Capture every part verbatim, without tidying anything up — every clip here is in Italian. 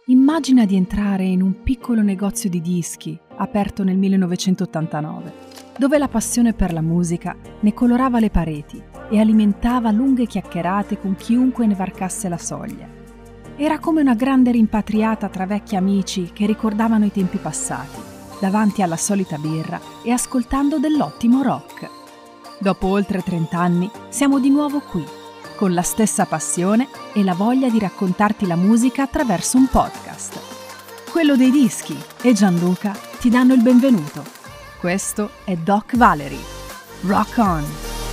Immagina di entrare in un piccolo negozio di dischi aperto nel millenovecentottantanove, dove la passione per la musica ne colorava le pareti e alimentava lunghe chiacchierate con chiunque ne varcasse la soglia. Era come una grande rimpatriata tra vecchi amici che ricordavano i tempi passati, davanti alla solita birra e ascoltando dell'ottimo rock. Dopo oltre trent'anni siamo di nuovo qui, con la stessa passione e la voglia di raccontarti la musica attraverso un podcast. Quello dei dischi e Gianluca ti danno il benvenuto. Questo è Doc Valery. Rock on!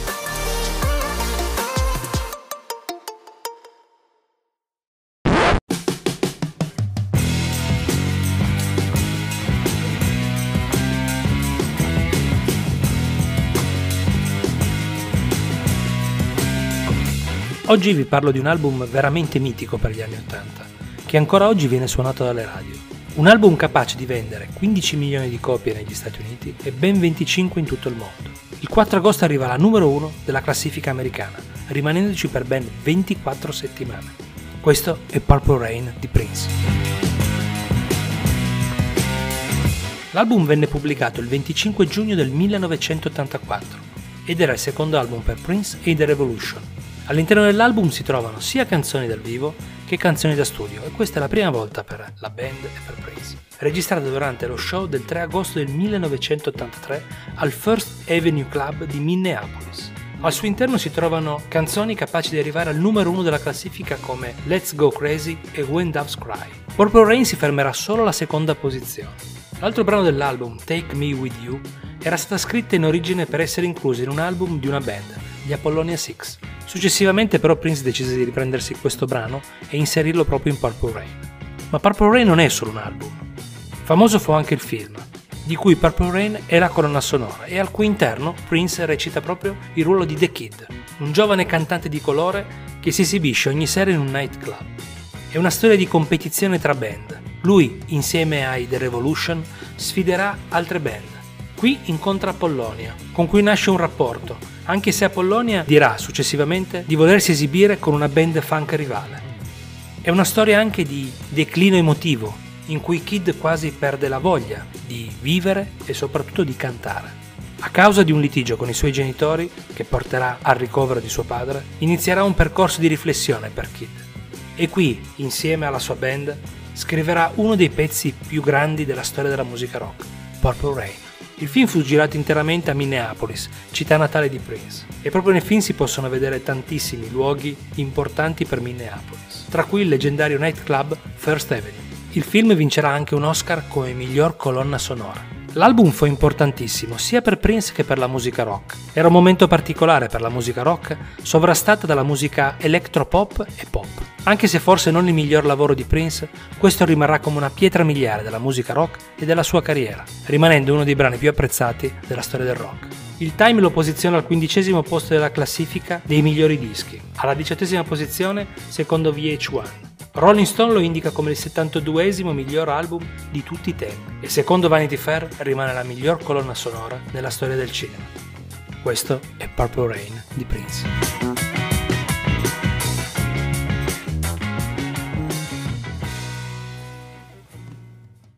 Oggi vi parlo di un album veramente mitico per gli anni ottanta, che ancora oggi viene suonato dalle radio. Un album capace di vendere quindici milioni di copie negli Stati Uniti e ben venticinque in tutto il mondo. Il quattro agosto arriva alla numero uno della classifica americana, rimanendoci per ben ventiquattro settimane. Questo è Purple Rain di Prince. L'album venne pubblicato il venticinque giugno del millenovecentottantaquattro ed era il secondo album per Prince e The Revolution. All'interno dell'album si trovano sia canzoni dal vivo che canzoni da studio e questa è la prima volta per la band e per Prince. Registrata durante lo show del tre agosto del millenovecentottantatré al First Avenue Club di Minneapolis. Al suo interno si trovano canzoni capaci di arrivare al numero uno della classifica come Let's Go Crazy e When Doves Cry. Purple Rain si fermerà solo alla seconda posizione. L'altro brano dell'album, Take Me With You, era stata scritta in origine per essere inclusa in un album di una band, gli Apollonia Sei. Successivamente però Prince decise di riprendersi questo brano e inserirlo proprio in Purple Rain. Ma Purple Rain non è solo un album. Famoso fu anche il film, di cui Purple Rain è la colonna sonora e al cui interno Prince recita proprio il ruolo di The Kid, un giovane cantante di colore che si esibisce ogni sera in un nightclub. È una storia di competizione tra band. Lui, insieme ai The Revolution, sfiderà altre band. Qui incontra Apollonia, con cui nasce un rapporto, anche se Apollonia dirà successivamente di volersi esibire con una band funk rivale. È una storia anche di declino emotivo, in cui Kid quasi perde la voglia di vivere e soprattutto di cantare. A causa di un litigio con i suoi genitori, che porterà al ricovero di suo padre, inizierà un percorso di riflessione per Kid. E qui, insieme alla sua band, scriverà uno dei pezzi più grandi della storia della musica rock, Purple Rain. Il film fu girato interamente a Minneapolis, città natale di Prince, e proprio nel film si possono vedere tantissimi luoghi importanti per Minneapolis, tra cui il leggendario nightclub First Avenue. Il film vincerà anche un Oscar come miglior colonna sonora. L'album fu importantissimo sia per Prince che per la musica rock. Era un momento particolare per la musica rock, sovrastata dalla musica electropop e pop. Anche se forse non il miglior lavoro di Prince, questo rimarrà come una pietra miliare della musica rock e della sua carriera, rimanendo uno dei brani più apprezzati della storia del rock. Il Time lo posiziona al quindicesimo posto della classifica dei migliori dischi, alla diciottesima posizione secondo V H uno. Rolling Stone lo indica come il settantaduesimo miglior album di tutti i tempi e secondo Vanity Fair rimane la miglior colonna sonora nella storia del cinema. Questo è Purple Rain di Prince.